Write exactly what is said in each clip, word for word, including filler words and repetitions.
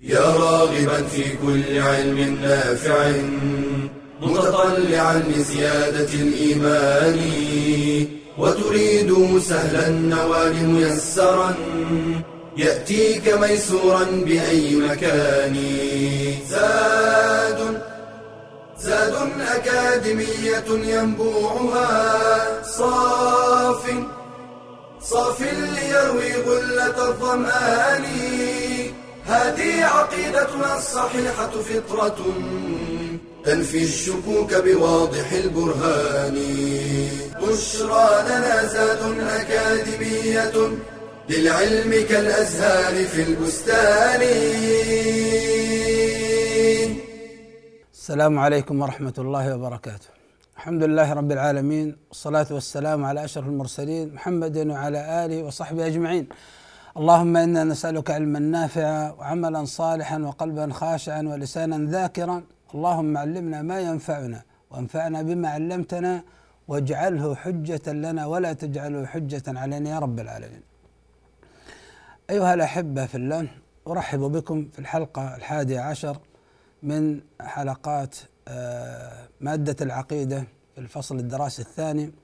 يا راغبا في كل علم نافع متطلعا لزيادة الإيمان وتريد سهلا النوال ميسرا يأتيك ميسورا بأي مكان. زاد زاد أكاديمية ينبوعها صاف صاف ليروي غلة الظمآن. هذه عقيدتنا الصحيحة فطرة تنفي الشكوك بواضح البرهان. بشرى لنا زاد أكاديمية للعلم كالأزهار في البستان. السلام عليكم ورحمة الله وبركاته. الحمد لله رب العالمين، والصلاة والسلام على أشرف المرسلين محمد وعلى آله وصحبه أجمعين. اللهم إنا نسألك علما نافعا وعملا صالحا وقلبا خاشعا ولسانا ذاكرا. اللهم علمنا ما ينفعنا وانفعنا بما علمتنا واجعله حجة لنا ولا تجعله حجة علينا يا رب العالمين. أيها الأحبة في الله، أرحب بكم في الحلقة الحادية عشر من حلقات مادة العقيدة في الفصل الدراسي الثاني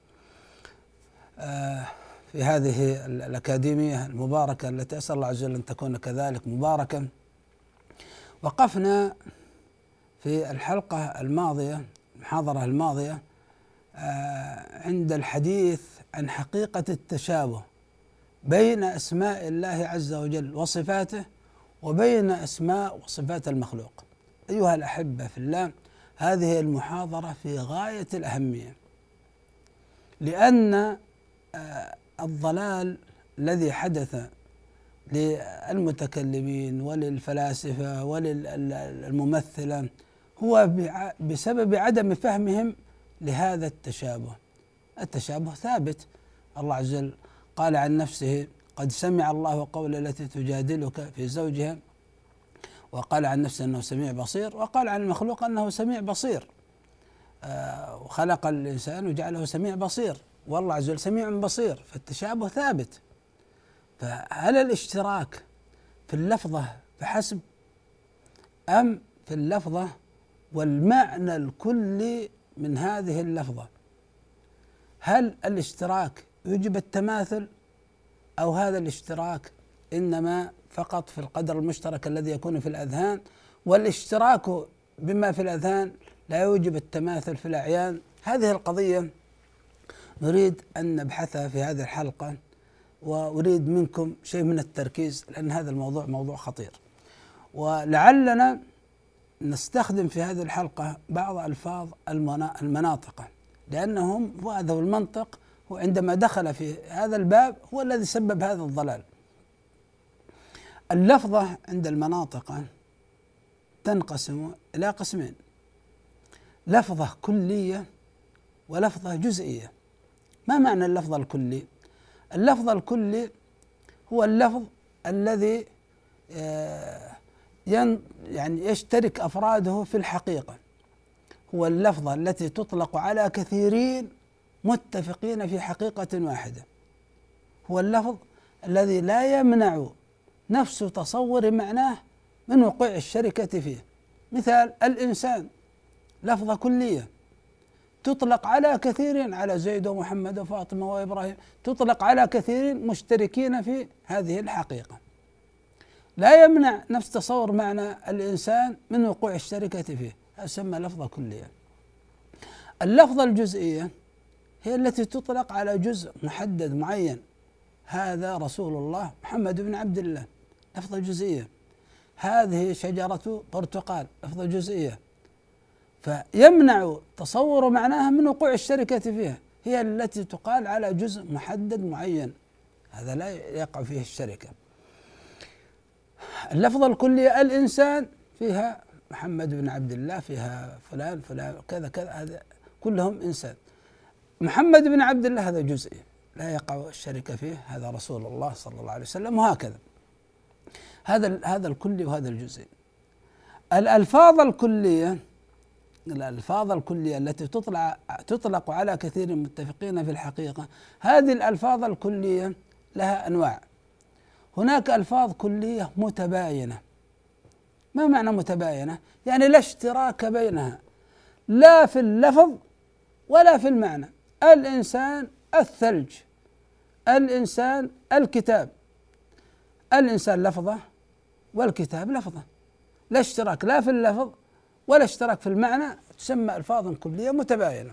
في هذه الأكاديمية المباركة التي أسأل الله عز وجل أن تكون كذلك مباركة. وقفنا في الحلقة الماضية المحاضرة الماضية عند الحديث عن حقيقة التشابه بين أسماء الله عز وجل وصفاته وبين أسماء وصفات المخلوق. أيها الأحبة في الله، هذه المحاضرة في غاية الأهمية، لأن الضلال الذي حدث للمتكلمين وللفلاسفة وللممثلة هو بسبب عدم فهمهم لهذا التشابه. التشابه ثابت. الله عز وجل قال عن نفسه: قد سمع الله قول التي تجادلك في زوجها، وقال عن نفسه أنه سميع بصير، وقال عن المخلوق أنه سميع بصير. آه وخلق الإنسان وجعله سميع بصير، والله عز وجل سميع بصير، فالتشابه ثابت. فهل الاشتراك في اللفظة فحسب أم في اللفظة والمعنى الكلي من هذه اللفظة؟ هل الاشتراك يوجب التماثل، أو هذا الاشتراك إنما فقط في القدر المشترك الذي يكون في الأذهان، والاشتراك بما في الأذهان لا يوجب التماثل في الأعيان؟ هذه القضية نريد أن نبحثها في هذه الحلقة، وأريد منكم شيء من التركيز، لأن هذا الموضوع موضوع خطير. ولعلنا نستخدم في هذه الحلقة بعض ألفاظ المناطق، لأنهم هذا المنطق هو عندما دخل في هذا الباب هو الذي سبب هذا الضلال. اللفظة عند المناطق تنقسم إلى قسمين: لفظة كلية ولفظة جزئية. ما معنى اللفظ الكلي؟ اللفظ الكلي هو اللفظ الذي يعني يشترك أفراده في الحقيقة، هو اللفظة التي تطلق على كثيرين متفقين في حقيقة واحدة، هو اللفظ الذي لا يمنع نفس تصور معناه من وقوع الشركة فيه. مثال: الإنسان لفظة كلية تطلق على كثيرين، على زيد ومحمد وفاطمة وإبراهيم، تطلق على كثيرين مشتركين في هذه الحقيقة، لا يمنع نفس تصور معنى الإنسان من وقوع الشركة فيه، يسمى لفظة كلية. اللفظة الجزئية هي التي تطلق على جزء محدد معين، هذا رسول الله محمد بن عبد الله، لفظة جزئية. هذه شجرة برتقال، لفظة جزئية، فيمنع تصور معناها من وقوع الشركة فيها، هي التي تقال على جزء محدد معين، هذا لا يقع فيه الشركة. اللفظة الكلية: الإنسان، فيها محمد بن عبد الله، فيها فلان فلان كذا كذا، هذا كلهم إنسان. محمد بن عبد الله هذا جزئي لا يقع الشركة فيه، هذا رسول الله صلى الله عليه وسلم، وهكذا. هذا هذا الكلي وهذا الجزئي. الألفاظ الكلية الألفاظ الكلية التي تطلع تطلق على كثير متفقين في الحقيقة، هذه الألفاظ الكلية لها أنواع. هناك ألفاظ كلية متباينة ما معنى متباينة؟ يعني لا اشتراك بينها لا في اللفظ ولا في المعنى. الإنسان الثلج، الإنسان الكتاب، الإنسان لفظة والكتاب لفظة، لا اشتراك لا في اللفظ ولا اشتراك في المعنى، تسمى ألفاظ كلية متباينة.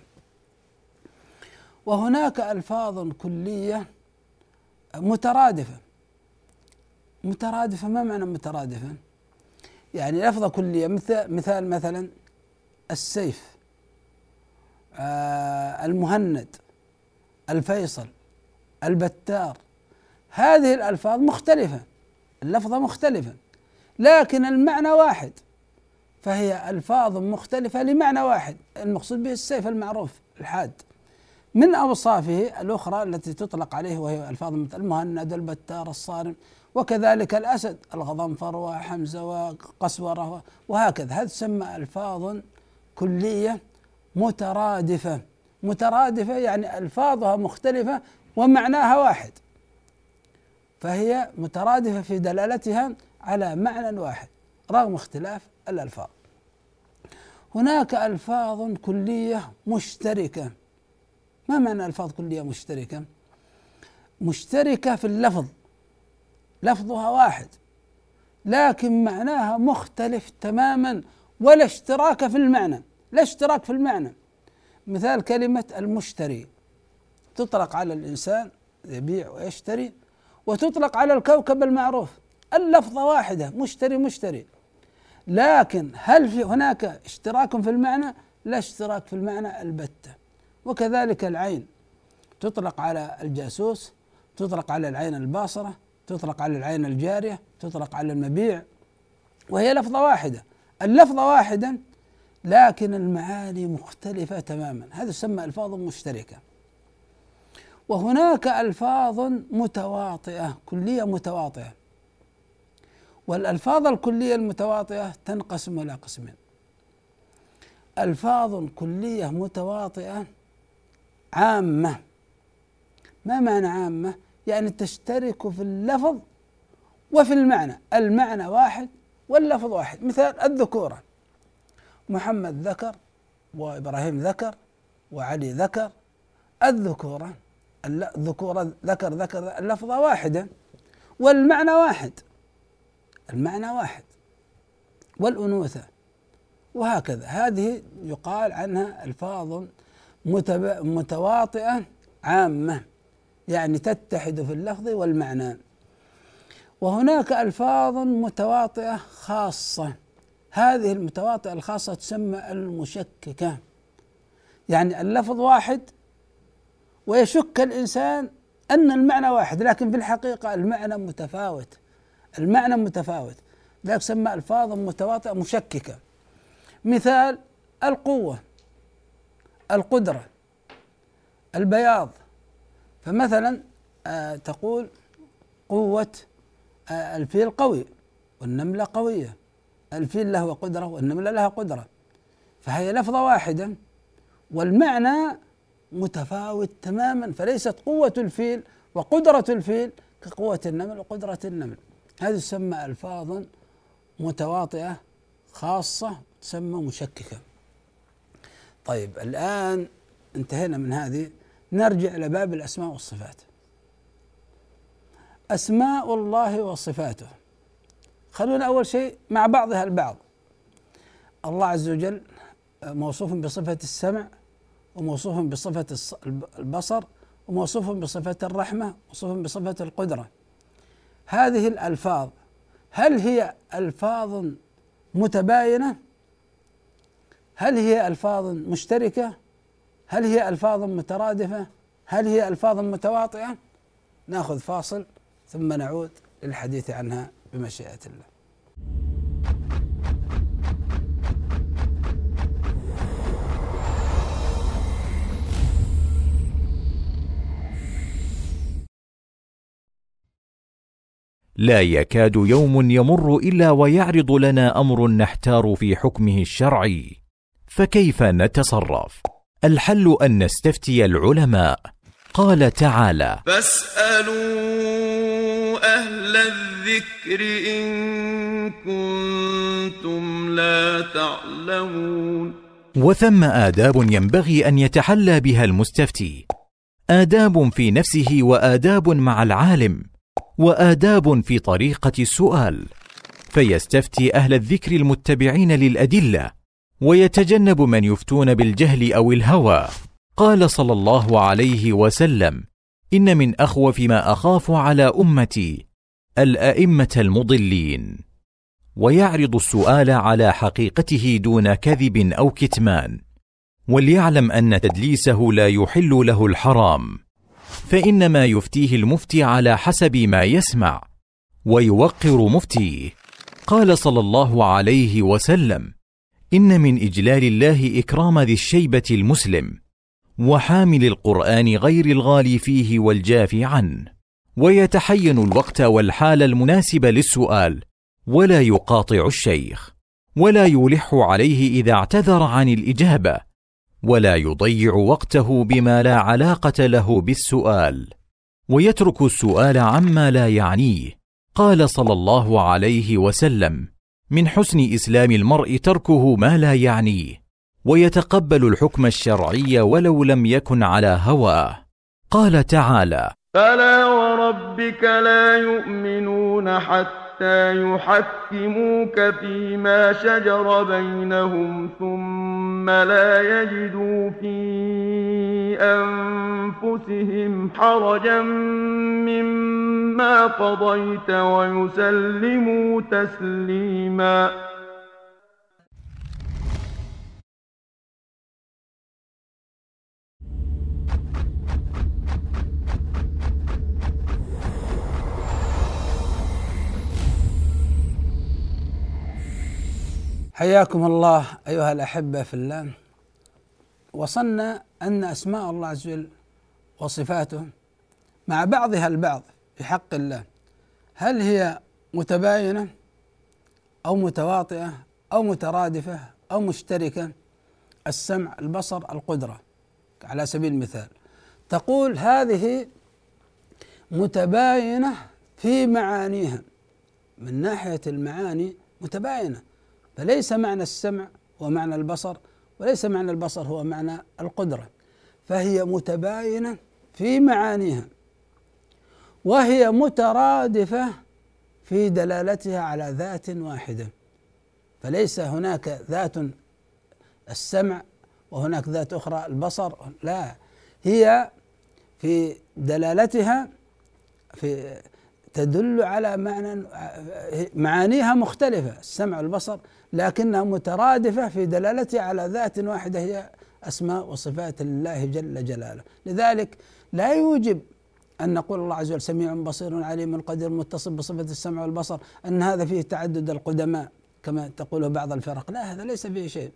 وهناك ألفاظ كلية مترادفة. مترادفة ما معنى مترادفة؟ يعني لفظة كلية مثل مثال مثلا السيف، آه المهند، الفيصل، البتار، هذه الألفاظ مختلفة، اللفظة مختلفة لكن المعنى واحد، فهي ألفاظ مختلفة لمعنى واحد، المقصود به السيف المعروف الحاد. من أوصافه الأخرى التي تطلق عليه وهي ألفاظ مثل المهند، البتار، الصارم، وكذلك الأسد، الغضنفر وحمزة وقسورة وهكذا. هذا تسمى ألفاظ كلية مترادفة. مترادفة يعني ألفاظها مختلفة ومعناها واحد، فهي مترادفة في دلالتها على معنى واحد رغم اختلاف الألفاظ. هناك ألفاظ كلية مشتركة. ما معنى ألفاظ كلية مشتركة؟ مشتركة في اللفظ، لفظها واحد لكن معناها مختلف تماما، ولا اشتراك في المعنى، لا اشتراك في المعنى. مثال كلمة المشتري تطلق على الإنسان يبيع ويشتري، وتطلق على الكوكب المعروف، اللفظة واحدة مشتري مشتري، لكن هل في هناك اشتراك في المعنى؟ لا اشتراك في المعنى البتة. وكذلك العين تطلق على الجاسوس، تطلق على العين الباصرة، تطلق على العين الجارية، تطلق على المبيع، وهي لفظة واحدة، اللفظة واحدة لكن المعاني مختلفة تماما. هذا يسمى ألفاظ مشتركة. وهناك ألفاظ متواطئة كلية متواطئة. والألفاظ الكلية المتواطئة تنقسم إلى قسمين: ألفاظ كلية متواطئة عامة. ما معنى عامة؟ يعني تشترك في اللفظ وفي المعنى، المعنى واحد واللفظ واحد. مثال الذكورة، محمد ذكر وإبراهيم ذكر وعلي ذكر، الذكورة الذكورة ذكر ذكر اللفظة واحدة والمعنى واحد، المعنى واحد. والأنوثة وهكذا، هذه يقال عنها ألفاظ متواطئة عامة، يعني تتحد في اللفظ والمعنى. وهناك ألفاظ متواطئة خاصة. هذه المتواطئة الخاصة تسمى المشككة، يعني اللفظ واحد ويشك الإنسان أن المعنى واحد لكن في الحقيقة المعنى متفاوت، المعنى متفاوت، ذلك تسمى ألفاظ متواطئة مشككة. مثال القوة، القدرة، البياض. فمثلا آه تقول قوة آه الفيل قوي والنملة قوية، الفيل له قدرة والنملة لها قدرة، فهي لفظة واحدة والمعنى متفاوت تماما، فليست قوة الفيل وقدرة الفيل كقوة النمل وقدرة النمل. هذه تسمى ألفاظ متواطئة خاصة، تسمى مشككة. طيب الآن انتهينا من هذه، نرجع إلى باب الأسماء والصفات. أسماء الله وصفاته، خلونا أول شيء مع بعضها البعض. الله عز وجل موصوف بصفة السمع، وموصوف بصفة البصر، وموصوف بصفة الرحمة، وموصوف بصفة القدرة. هذه الألفاظ هل هي ألفاظ متباينة؟ هل هي ألفاظ مشتركة؟ هل هي ألفاظ مترادفة؟ هل هي ألفاظ متواطئة؟ نأخذ فاصل ثم نعود للحديث عنها بمشيئة الله. لا يكاد يوم يمر إلا ويعرض لنا أمر نحتار في حكمه الشرعي، فكيف نتصرف؟ الحل أن نستفتي العلماء. قال تعالى: فاسألوا أهل الذكر إن كنتم لا تعلمون. وثم آداب ينبغي أن يتحلى بها المستفتي، آداب في نفسه وآداب مع العالم وآداب في طريقة السؤال، فيستفتي أهل الذكر المتبعين للأدلة ويتجنب من يفتون بالجهل أو الهوى. قال صلى الله عليه وسلم: إن من أخوف ما أخاف على أمتي الأئمة المضلين. ويعرض السؤال على حقيقته دون كذب أو كتمان، وليعلم أن تدليسه لا يحل له الحرام، فإنما يفتيه المفتي على حسب ما يسمع ويوقر مفتيه. قال صلى الله عليه وسلم: إن من إجلال الله إكرام ذي الشيبة المسلم وحامل القرآن غير الغالي فيه والجافي عنه. ويتحين الوقت والحال المناسب للسؤال، ولا يقاطع الشيخ، ولا يلح عليه إذا اعتذر عن الإجابة، ولا يضيع وقته بما لا علاقة له بالسؤال، ويترك السؤال عما لا يعنيه. قال صلى الله عليه وسلم: من حسن إسلام المرء تركه ما لا يعنيه، ويتقبل الحكم الشرعي ولو لم يكن على هواه. قال تعالى: فلا وربك لا يؤمنون حتى يحكموك فيما شجر بينهم ثم لا يجدوا في أنفسهم حرجا مما قضيت ويسلموا تسليما. حياكم الله أيها الأحبة في الله. وصلنا أن أسماء الله عز وجل وصفاته مع بعضها البعض في حق الله هل هي متباينة أو متواطئة أو مترادفة أو مشتركة؟ السمع، البصر، القدرة على سبيل المثال، تقول هذه متباينة في معانيها، من ناحية المعاني متباينة، فليس معنى السمع ومعنى البصر، وليس معنى البصر هو معنى القدرة، فهي متباينة في معانيها، وهي مترادفة في دلالتها على ذات واحدة، فليس هناك ذات السمع وهناك ذات أخرى البصر، لا، هي في دلالتها في تدل على معنى، معانيها مختلفة السمع والبصر، لكنها مترادفة في دلالتها على ذات واحدة هي أسماء وصفات الله جل جلاله. لذلك لا يوجب أن نقول الله عز وجل سميع بصير عليم قدير متصف بصفة السمع والبصر أن هذا فيه تعدد القدماء كما تقوله بعض الفرق، لا، هذا ليس فيه شيء.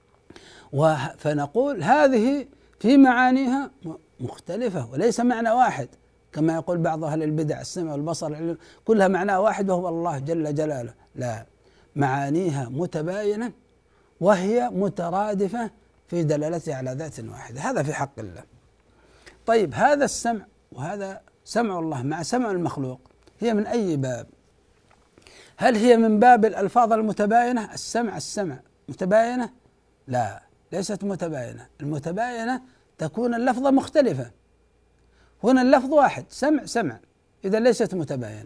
فنقول هذه في معانيها مختلفة وليس معنى واحد كما يقول بعض أهل البدع السمع والبصر العلم كلها معناه واحد وهو الله جل جلاله، لا، معانيها متباينة وهي مترادفة في دلالتها على ذات واحدة، هذا في حق الله. طيب هذا السمع وهذا سمع الله مع سمع المخلوق هي من أي باب؟ هل هي من باب الألفاظ المتباينة؟ السمع السمع متباينة؟ لا، ليست متباينة. المتباينة تكون اللفظة مختلفة، هنا اللفظ واحد سمع سمع، إذا ليست متباينة.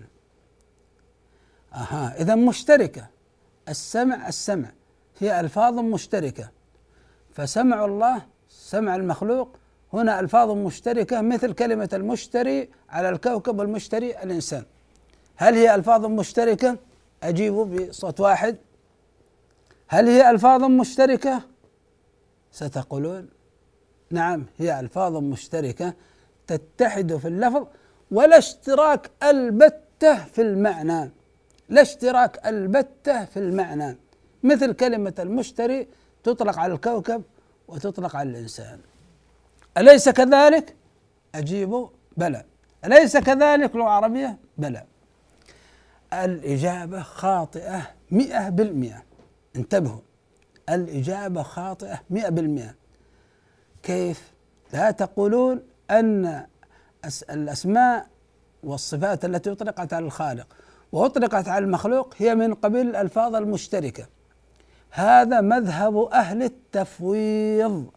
أها، إذا مشتركة، السمع السمع هي ألفاظ مشتركة، فسمع الله سمع المخلوق هنا ألفاظ مشتركة مثل كلمة المشتري على الكوكب والمشتري الإنسان. هل هي ألفاظ مشتركة؟ أجيبوا بصوت واحد. هل هي ألفاظ مشتركة؟ ستقولون نعم، هي ألفاظ مشتركة تتحد في اللفظ ولا اشتراك البتة في المعنى، لا اشتراك البتة في المعنى، مثل كلمة المشتري تطلق على الكوكب وتطلق على الإنسان. أليس كذلك؟ أجيبوا بلى. أليس كذلك لغة عربية؟ بلى. الإجابة خاطئة مئة بالمئة، انتبهوا، الإجابة خاطئة مئة بالمئة. كيف؟ لا تقولون أن الأسماء والصفات التي أطلقت على الخالق وأطلقت على المخلوق هي من قبيل الألفاظ المشتركة. هذا مذهب أهل التفويض،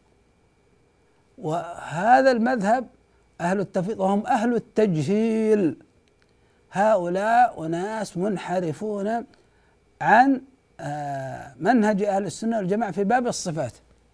وهذا المذهب أهل التفويض وهم أهل التجهيل. هؤلاء أناس منحرفون عن منهج أهل السنة والجماعة في باب الصفات.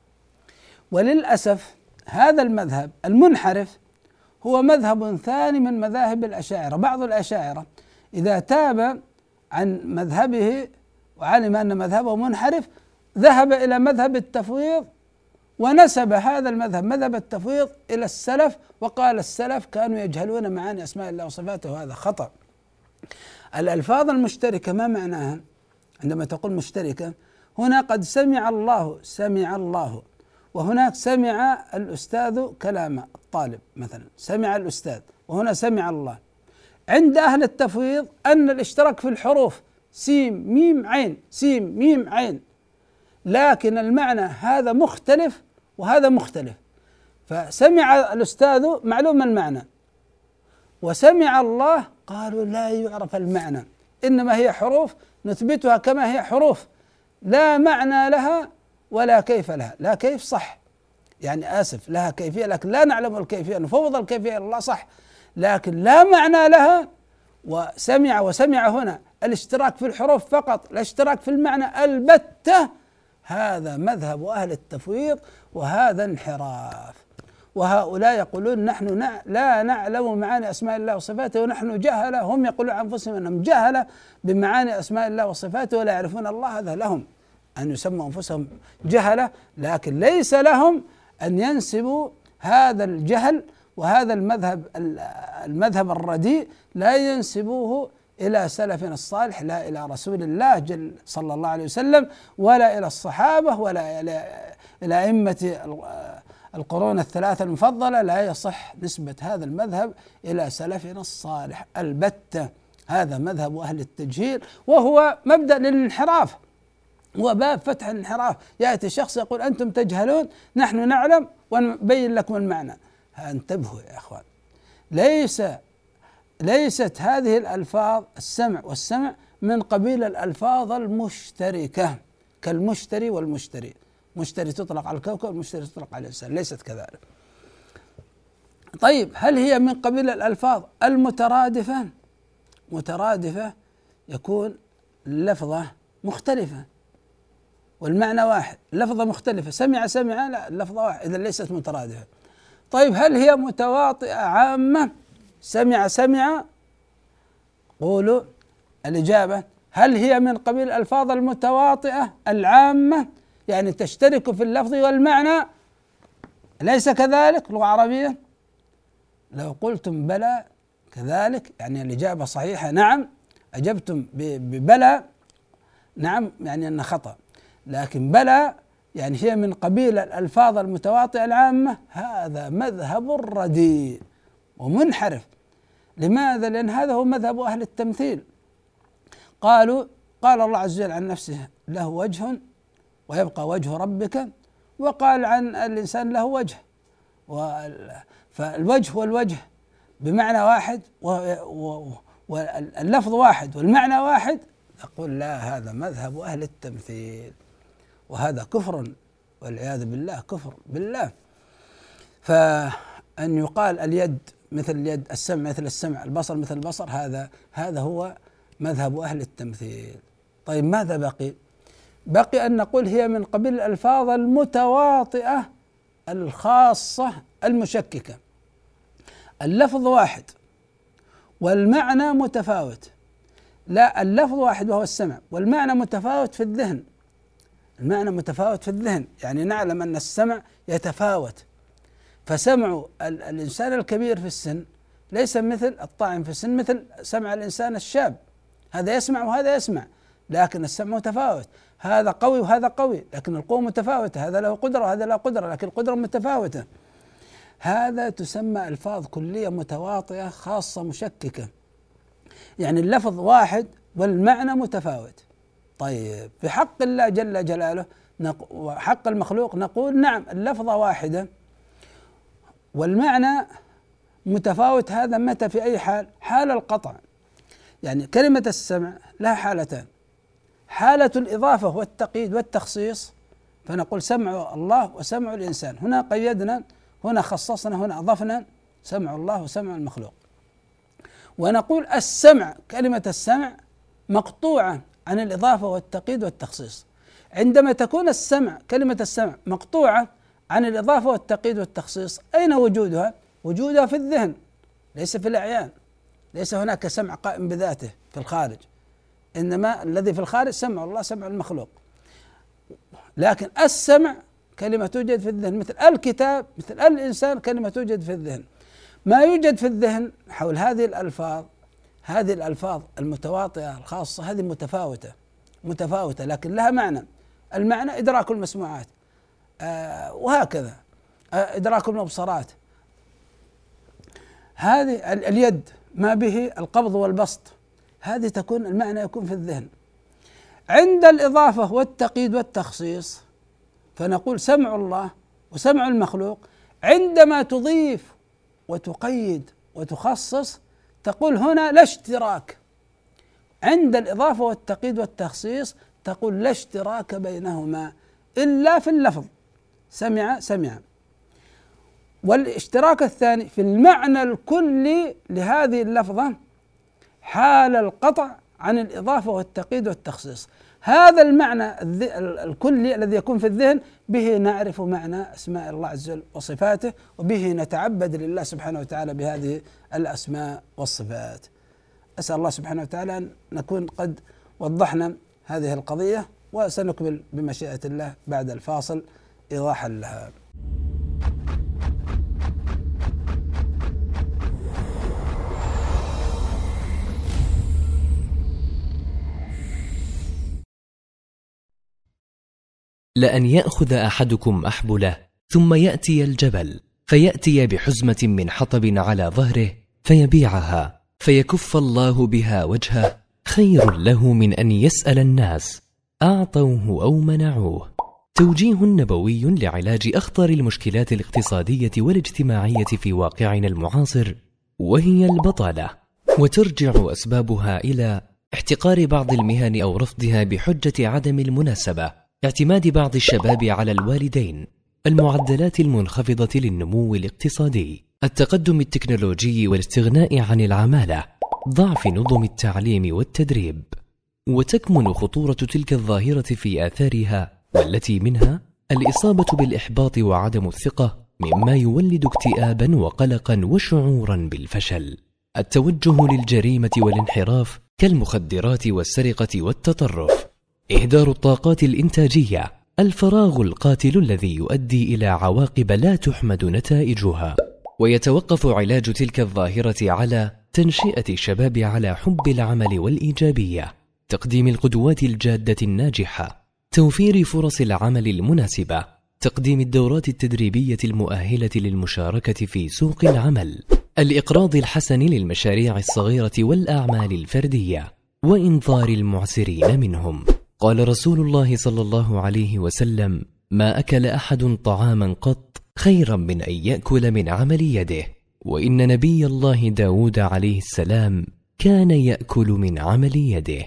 وللأسف هذا المذهب المنحرف هو مذهب ثاني من مذاهب الأشاعرة. بعض الأشاعرة إذا تاب عن مذهبه وعلم أن مذهبه منحرف ذهب إلى مذهب التفويض ونسب هذا المذهب مذهب التفويض إلى السلف، وقال السلف كانوا يجهلون معاني أسماء الله وصفاته، وهذا خطأ. الألفاظ المشتركة ما معناها؟ عندما تقول مشتركة هنا قد سمع الله سمع الله، وهناك سمع الأستاذ كلام الطالب مثلا، سمع الأستاذ، وهنا سمع الله. عند أهل التفويض أن الاشتراك في الحروف سين ميم عين سين ميم عين، لكن المعنى هذا مختلف وهذا مختلف. فسمع الأستاذ معلوم المعنى، وسمع الله قالوا لا يعرف المعنى، إنما هي حروف نثبتها كما هي حروف، لا معنى لها ولا كيف لها. لا كيف صح، يعني آسف لها كيفية لكن لا نعلم الكيفية، نفوض الكيفية إلى الله صح، لكن لا معنى لها. وسمع وسمع هنا الاشتراك في الحروف فقط، الاشتراك في المعنى البتة، هذا مذهب أهل التفويض وهذا انحراف. وهؤلاء يقولون نحن لا نعلم معاني أسماء الله وصفاته ونحن جهلة، هم يقولون عن أنفسهم أنهم جهلة بمعاني أسماء الله وصفاته ولا يعرفون الله. هذا لهم أن يسموا أنفسهم جهلة، لكن ليس لهم أن ينسبوا هذا الجهل وهذا المذهب المذهب الرديء لا ينسبوه إلى سلفنا الصالح، لا إلى رسول الله جل صلى الله عليه وسلم، ولا إلى الصحابة، ولا إلى إلى أئمة القرون الثلاثة المفضلة. لا يصح نسبة هذا المذهب إلى سلفنا الصالح البتة. هذا مذهب أهل التجهيل وهو مبدأ للانحراف وباب فتح الانحراف. يأتي شخص يقول أنتم تجهلون نحن نعلم ونبين لكم المعنى. انتبهوا يا أخوان، ليس ليست هذه الألفاظ السمع والسمع من قبيل الألفاظ المشتركة كالمشتري والمشتري. مشتري تطلق على الكوكب والمشتري تطلق على الإنسان، ليست كذلك. طيب هل هي من قبيل الألفاظ المترادفة؟ مترادفة يكون اللفظة مختلفة والمعنى واحد، اللفظة مختلفة، سمع سمع لا اللفظة واحد، إذا ليست مترادفة. طيب هل هي متواطئة عامة؟ سمع سمع، قولوا الإجابة هل هي من قبيل الألفاظ المتواطئة العامة يعني تشترك في اللفظ والمعنى؟ ليس كذلك لغة عربية؟ لو قلتم بلى كذلك يعني الإجابة صحيحة نعم، أجبتم ببلى نعم يعني أنه خطأ، لكن بلى يعني هي من قبيل الألفاظ المتواطئة العامة، هذا مذهب رديء ومنحرف. لماذا؟ لأن هذا هو مذهب أهل التمثيل. قالوا قال الله عز وجل عن نفسه له وجه ويبقى وجه ربك، وقال عن الإنسان له وجه، فالوجه والوجه بمعنى واحد واللفظ واحد والمعنى واحد. نقول لا، هذا مذهب أهل التمثيل وهذا كفر والعياذ بالله، كفر بالله. فأن يقال اليد مثل اليد، السمع مثل السمع، البصر مثل البصر، هذا هذا هو مذهب أهل التمثيل. طيب ماذا بقي؟ بقي أن نقول هي من قبيل الألفاظ المتواطئة الخاصة المشككة، اللفظ واحد والمعنى متفاوت. لا، اللفظ واحد وهو السمع، والمعنى متفاوت في الذهن، المعنى متفاوت في الذهن، يعني نعلم أن السمع يتفاوت، فسمع الإنسان الكبير في السن ليس مثل الطاعن في السن مثل سمع الإنسان الشاب، هذا يسمع وهذا يسمع، لكن السمع متفاوت، هذا قوي وهذا قوي، لكن القوة متفاوتة، هذا له قدرة وهذا له قدرة، لكن القدرة متفاوتة. هذا تسمى ألفاظ كلية متواطئة خاصة مشككة، يعني اللفظ واحد والمعنى متفاوت. طيب في حق الله جل جلاله وحق المخلوق نقول نعم اللفظة واحدة والمعنى متفاوت. هذا متى؟ في أي حال؟ حال القطع. يعني كلمة السمع لها حالتان: حالة الإضافة والتقييد والتخصيص، فنقول سمع الله وسمع الإنسان، هنا قيدنا، هنا خصصنا، هنا أضفنا سمع الله وسمع المخلوق. ونقول السمع، كلمة السمع مقطوعة عن الإضافة والتقييد والتخصيص. عندما تكون السمع، كلمة السمع مقطوعة عن الإضافة والتقييد والتخصيص، أين وجودها؟ وجودها في الذهن، ليس في الأعيان. ليس هناك سمع قائم بذاته في الخارج، إنما الذي في الخارج سمع الله سمع المخلوق. لكن السمع كلمة توجد في الذهن، مثل الكتاب، مثل الإنسان، كلمة توجد في الذهن. ما يوجد في الذهن حول هذه الألفاظ، هذه الألفاظ المتواطئة الخاصة، هذه متفاوتة متفاوتة لكن لها معنى. المعنى إدراك المسموعات، آه وهكذا آه إدراك المبصرات. هذه اليد ما به القبض والبسط، هذه تكون المعنى يكون في الذهن. عند الإضافة والتقييد والتخصيص فنقول سمع الله وسمع المخلوق. عندما تضيف وتقيد وتخصص تقول هنا لا اشتراك. عند الإضافة والتقييد والتخصيص تقول لا اشتراك بينهما إلا في اللفظ، سمع سمع. والاشتراك الثاني في المعنى الكلي لهذه اللفظة حال القطع عن الإضافة والتقييد والتخصيص. هذا المعنى الكلي الذي يكون في الذهن به نعرف معنى أسماء الله عز وجل وصفاته، وبه نتعبد لله سبحانه وتعالى بهذه الأسماء والصفات. أسأل الله سبحانه وتعالى أن نكون قد وضحنا هذه القضية، وسنكمل بمشيئة الله بعد الفاصل إيضاحا لها. لأن يأخذ أحدكم أحبله ثم يأتي الجبل فيأتي بحزمة من حطب على ظهره فيبيعها فيكف الله بها وجهه خير له من أن يسأل الناس أعطوه أو منعوه. توجيه نبوي لعلاج أخطر المشكلات الاقتصادية والاجتماعية في واقعنا المعاصر، وهي البطالة، وترجع أسبابها إلى احتقار بعض المهن أو رفضها بحجة عدم المناسبة، اعتماد بعض الشباب على الوالدين، المعدلات المنخفضة للنمو الاقتصادي، التقدم التكنولوجي والاستغناء عن العمالة، ضعف نظم التعليم والتدريب. وتكمن خطورة تلك الظاهرة في آثارها، والتي منها الإصابة بالإحباط وعدم الثقة، مما يولد اكتئابا وقلقا وشعورا بالفشل، التوجه للجريمة والانحراف كالمخدرات والسرقة والتطرف، إهدار الطاقات الإنتاجية، الفراغ القاتل الذي يؤدي إلى عواقب لا تحمد نتائجها. ويتوقف علاج تلك الظاهرة على تنشئة الشباب على حب العمل والإيجابية، تقديم القدوات الجادة الناجحة، توفير فرص العمل المناسبة، تقديم الدورات التدريبية المؤهلة للمشاركة في سوق العمل، الإقراض الحسن للمشاريع الصغيرة والأعمال الفردية، وإنظار المعسرين منهم. قال رسول الله صلى الله عليه وسلم: ما أكل أحد طعاما قط خيرا من أن يأكل من عمل يده. وإن نبي الله داود عليه السلام كان يأكل من عمل يده.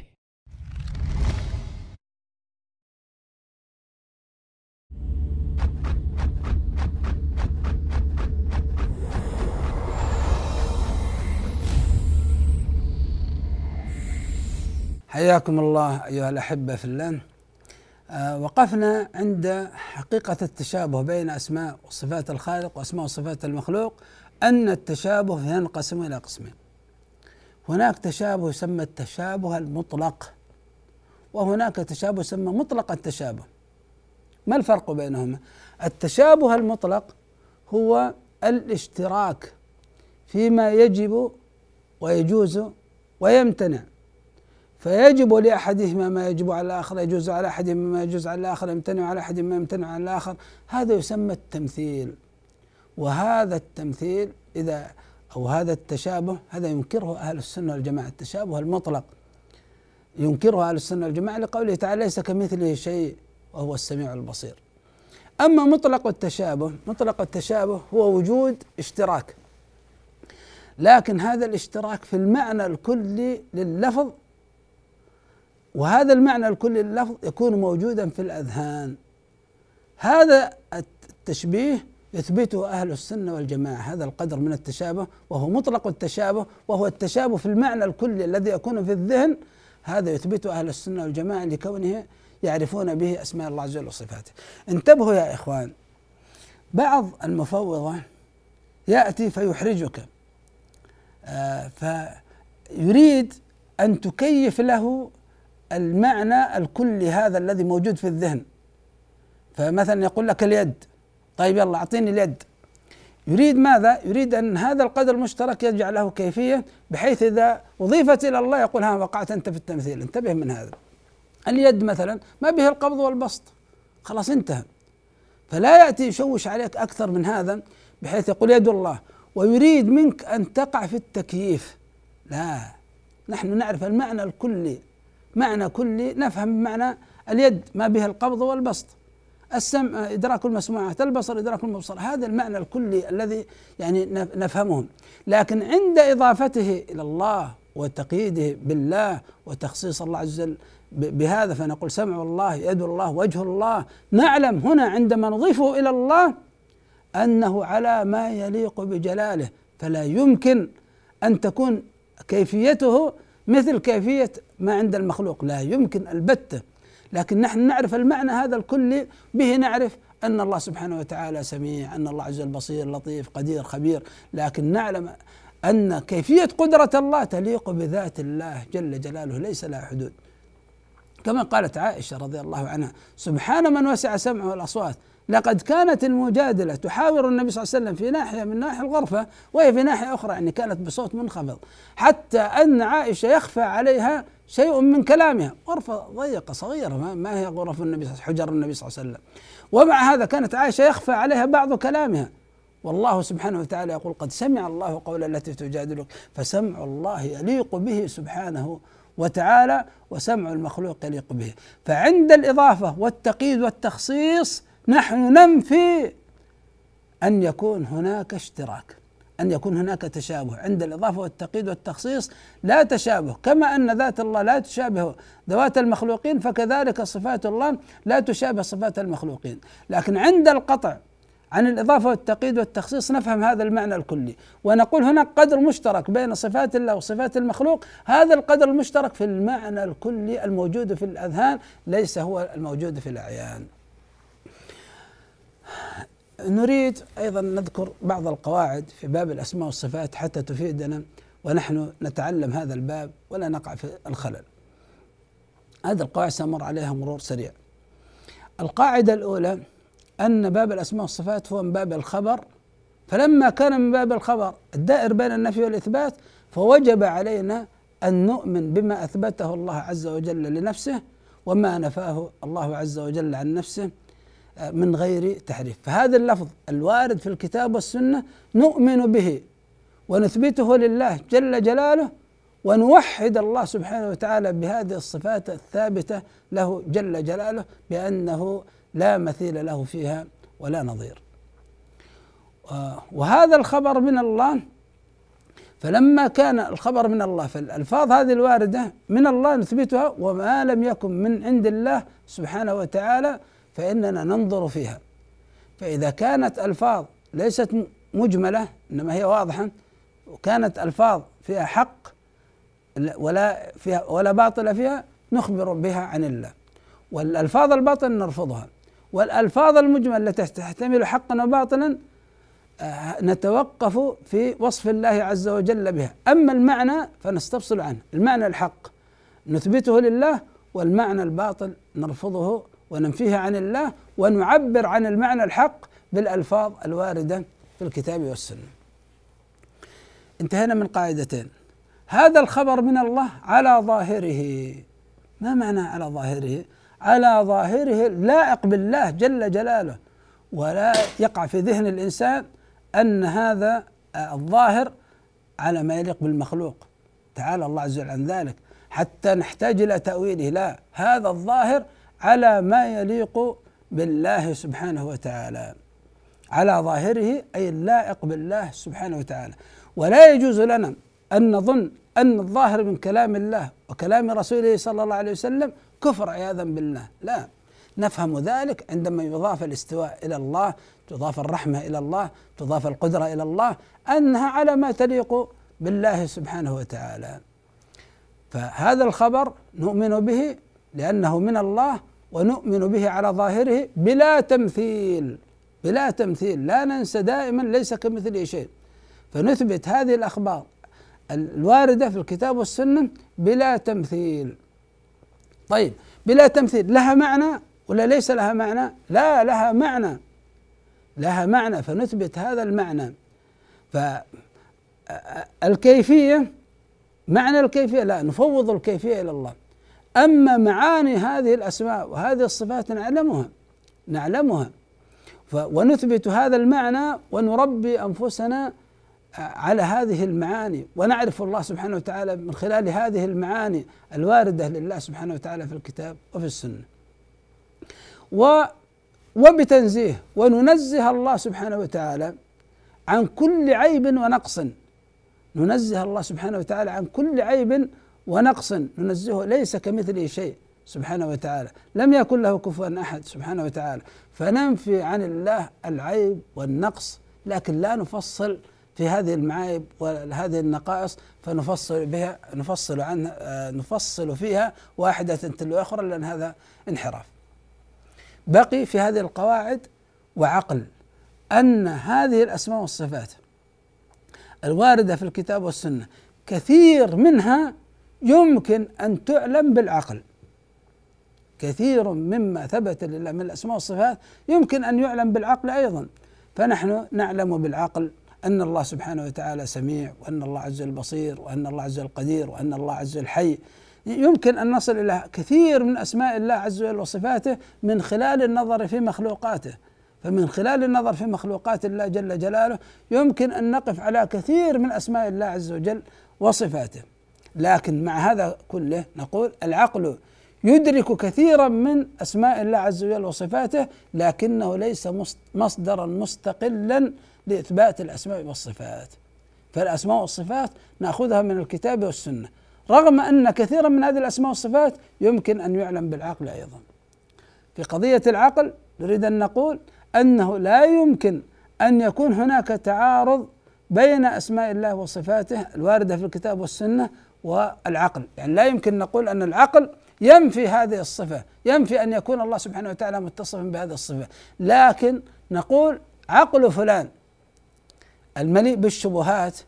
حياكم الله أيها الأحبة في الله. آه وقفنا عند حقيقة التشابه بين أسماء وصفات الخالق وأسماء وصفات المخلوق، أن التشابه ينقسم إلى قسمين. هناك تشابه يسمى التشابه المطلق، وهناك تشابه يسمى مطلق التشابه. ما الفرق بينهما؟ التشابه المطلق هو الاشتراك فيما يجب ويجوز ويمتنع، فيجب لأحدهما ما يجب على الآخر، يجوز على أحدهما ما يجوز على الآخر، يمتنع على أحدهما ما يمتنع على الآخر. هذا يسمى التمثيل. وهذا التمثيل إذا أو هذا التشابه هذا ينكره أهل السنة والجماعة. التشابه المطلق ينكره أهل السنة والجماعة لقوله تعالى: ليس كمثله شيء وهو السميع البصير. أما مطلق التشابه، مطلق التشابه هو وجود اشتراك، لكن هذا الاشتراك في المعنى الكلي لللفظ، وهذا المعنى الكلي لللفظ يكون موجودا في الأذهان. هذا التشبيه يثبته أهل السنة والجماعة، هذا القدر من التشابه، وهو مطلق التشابه، وهو التشابه في المعنى الكلي الذي يكون في الذهن. هذا يثبته أهل السنة والجماعة لكونه يعرفون به أسماء الله عز وجل وصفاته. انتبهوا يا إخوان، بعض المفوضة يأتي فيحرجك، آه فيريد أن تكيف له المعنى الكلي هذا الذي موجود في الذهن. فمثلا يقول لك اليد، طيب يلا أعطيني اليد. يريد ماذا؟ يريد أن هذا القدر المشترك يجعل له كيفية بحيث إذا أضيفت إلى الله يقول ها وقعت أنت في التمثيل. انتبه من هذا. اليد مثلا ما به القبض والبسط، خلاص انتهى. فلا يأتي يشوش عليك أكثر من هذا بحيث يقول يد الله ويريد منك أن تقع في التكييف. لا، نحن نعرف المعنى الكلي، معنى كلي نفهم معنى اليد ما به القبض والبسط، السمع إدراك المسموعات، البصر إدراك المبصر، هذا المعنى الكلي الذي يعني نفهمه. لكن عند إضافته إلى الله وتقييده بالله وتخصيص الله عز وجل بهذا فنقول سمع الله، يد الله، وجه الله، نعلم هنا عندما نضيفه إلى الله أنه على ما يليق بجلاله، فلا يمكن أن تكون كيفيته مثل كيفية ما عند المخلوق، لا يمكن البتة. لكن نحن نعرف المعنى هذا الكلي، به نعرف أن الله سبحانه وتعالى سميع، أن الله عز وجل بصير لطيف قدير خبير، لكن نعلم أن كيفية قدرة الله تليق بذات الله جل جلاله ليس لها حدود. كما قالت عائشة رضي الله عنها سبحان من وسع سمعه الأصوات، لقد كانت المجادلة تحاور النبي صلى الله عليه وسلم في ناحية من ناحية الغرفة وهي في ناحية أخرى، يعني كانت بصوت منخفض، حتى أن عائشة يخفى عليها شيء من كلامها، غرفة ضيقة صغيرة ما هي غرف النبي حجر النبي صلى الله عليه وسلم، ومع هذا كانت عائشة يخفى عليها بعض كلامها. والله سبحانه وتعالى يقول قد سمع الله قول التي تجادلك، فسمع الله يليق به سبحانه وتعالى، وسمع المخلوق يليق به. فعند الإضافة والتقييد والتخصيص نحن ننفي أن يكون هناك اشتراك، أن يكون هناك تشابه. عند الإضافة والتقييد والتخصيص لا تشابه، كما أن ذات الله لا تشابه ذوات المخلوقين فكذلك صفات الله لا تشابه صفات المخلوقين. لكن عند القطع عن الإضافة والتقييد والتخصيص نفهم هذا المعنى الكلي، ونقول هناك قدر مشترك بين صفات الله وصفات المخلوق، هذا القدر المشترك في المعنى الكلي الموجود في الأذهان ليس هو الموجود في الأعيان. نريد أيضا نذكر بعض القواعد في باب الأسماء والصفات حتى تفيدنا ونحن نتعلم هذا الباب ولا نقع في الخلل. هذه القواعد سأمر عليها مرور سريع. القاعدة الأولى أن باب الأسماء والصفات هو من باب الخبر، فلما كان من باب الخبر الدائر بين النفي والإثبات فوجب علينا أن نؤمن بما أثبته الله عز وجل لنفسه وما نفاه الله عز وجل عن نفسه من غير تحريف. فهذا اللفظ الوارد في الكتاب والسنة نؤمن به ونثبته لله جل جلاله، ونوحد الله سبحانه وتعالى بهذه الصفات الثابتة له جل جلاله بأنه لا مثيل له فيها ولا نظير. وهذا الخبر من الله، فلما كان الخبر من الله فالألفاظ هذه الواردة من الله نثبتها، وما لم يكن من عند الله سبحانه وتعالى فإننا ننظر فيها. فإذا كانت ألفاظ ليست مجملة إنما هي واضحة، وكانت ألفاظ فيها حق ولا فيها ولا باطل فيها نخبر بها عن الله، والألفاظ الباطل نرفضها، والألفاظ المجملة التي تحتمل حقا وباطلا نتوقف في وصف الله عز وجل بها. أما المعنى فنستفصل عنه، المعنى الحق نثبته لله، والمعنى الباطل نرفضه وننفيه عن الله، ونعبر عن المعنى الحق بالألفاظ الواردة في الكتاب والسنة. انتهينا من قاعدتين. هذا الخبر من الله على ظاهره. ما معنى على ظاهره؟ على ظاهره لائق بالله جل جلاله، ولا يقع في ذهن الإنسان أن هذا الظاهر على ما يليق بالمخلوق، تعالى الله عز وجل عن ذلك حتى نحتاج إلى تأويله. لا، هذا الظاهر على ما يليق بالله سبحانه وتعالى، على ظاهره أي اللائق بالله سبحانه وتعالى. ولا يجوز لنا أن نظن أن الظاهر من كلام الله وكلام رسوله صلى الله عليه وسلم كفر عياذا بالله، لا، نفهم ذلك عندما يضاف الاستواء إلى الله، تضاف الرحمة إلى الله، تضاف القدرة إلى الله، أنها على ما تليق بالله سبحانه وتعالى. فهذا الخبر نؤمن به لأنه من الله، ونؤمن به على ظاهره بلا تمثيل، بلا تمثيل، لا ننسى دائما ليس كمثله شيء، فنثبت هذه الأخبار الواردة في الكتاب والسنة بلا تمثيل. طيب، بلا تمثيل لها معنى ولا ليس لها معنى؟ لا، لها معنى، لها معنى، فنثبت هذا المعنى. فالكيفية، معنى الكيفية لا، نفوض الكيفية إلى الله. أما معاني هذه الأسماء وهذه الصفات نعلمها نعلمها ونثبت هذا المعنى ونربي أنفسنا على هذه المعاني، ونعرف الله سبحانه وتعالى من خلال هذه المعاني الواردة لله سبحانه وتعالى في الكتاب وفي السنة. وبتنزيه، وننزه الله سبحانه وتعالى عن كل عيب ونقص، ننزه الله سبحانه وتعالى عن كل عيب ونقص، ننزهه، ليس كمثله شيء سبحانه وتعالى، لم يكن له كفوا أحد سبحانه وتعالى، فننفي عن الله العيب والنقص، لكن لا نفصل في هذه المعايب وهذه النقائص فنفصل بها نفصل عنها نفصل فيها واحدة تلو أخرى، لأن هذا انحراف. بقي في هذه القواعد وعقل أن هذه الأسماء والصفات الواردة في الكتاب والسنة كثير منها يمكن أن تعلم بالعقل، كثير مما ثبت لله من الأسماء والصفات يمكن أن يعلم بالعقل أيضا. فنحن نعلم بالعقل أن الله سبحانه وتعالى سميع، وأن الله عز وجل بصير، وأن الله عز وجل قدير، وأن الله عز وجل حي. يمكن أن نصل إلى كثير من أسماء الله عز وجل وصفاته من خلال النظر في مخلوقاته. فمن خلال النظر في مخلوقات الله جل جلاله يمكن أن نقف على كثير من أسماء الله عز وجل وصفاته. لكن مع هذا كله نقول العقل يدرك كثيرا من أسماء الله عز وجل وصفاته، لكنه ليس مصدرا مستقلا لإثبات الأسماء والصفات. فالأسماء والصفات نأخذها من الكتاب والسنة، رغم أن كثيرا من هذه الأسماء والصفات يمكن أن يعلم بالعقل أيضا. في قضية العقل نريد أن نقول أنه لا يمكن أن يكون هناك تعارض بين أسماء الله وصفاته الواردة في الكتاب والسنة والعقل، يعني لا يمكن نقول أن العقل ينفي هذه الصفة، ينفي أن يكون الله سبحانه وتعالى متصفا بهذه الصفة، لكن نقول عقل فلان المليء بالشبهات،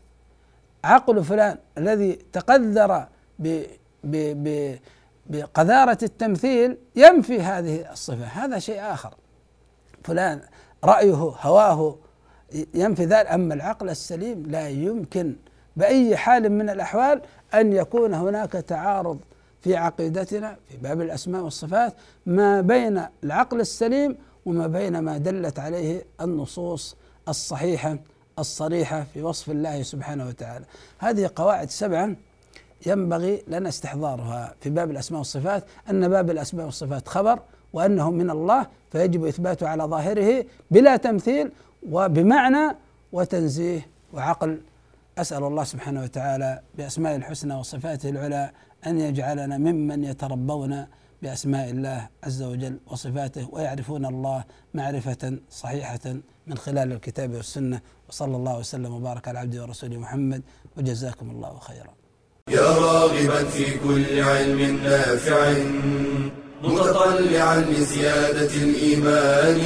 عقل فلان الذي تقذر ب ب ب بقذارة التمثيل ينفي هذه الصفة، هذا شيء آخر. فلان رأيه هواه ينفي ذلك، أما العقل السليم لا يمكن بأي حال من الأحوال أن يكون هناك تعارض في عقيدتنا في باب الأسماء والصفات ما بين العقل السليم وما بين ما دلت عليه النصوص الصحيحة الصريحة في وصف الله سبحانه وتعالى. هذه قواعد سبعة ينبغي لنا استحضارها في باب الأسماء والصفات، أن باب الأسماء والصفات خبر وأنه من الله، فيجب إثباته على ظاهره بلا تمثيل وبمعنى وتنزيه وعقل. أسأل الله سبحانه وتعالى بأسماء الحسنى وصفاته العلى أن يجعلنا ممن يتربون بأسماء الله عز وجل وصفاته ويعرفون الله معرفة صحيحة من خلال الكتاب والسنة. وصلى الله وسلم وبارك على عبده ورسوله محمد، وجزاكم الله خيرا. يا راغبا في كل علم نافع متطلعا لزيادة الإيمان،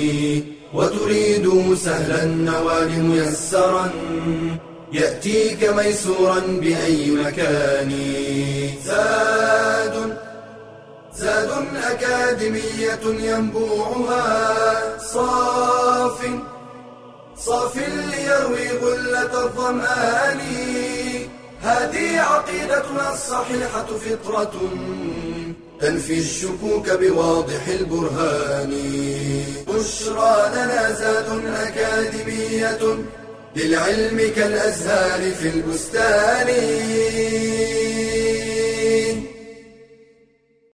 وتريد سهلا النوال ميسرا يأتيك ميسورا بأي مكان. زاد زاد أكاديمية ينبوعها صاف صاف ليروي غلة الظمآن. هذه عقيدتنا الصحيحة فطرة تنفي الشكوك بواضح البرهان. بشرى لنا زاد أكاديمية للعلم كالأزهار في البستان.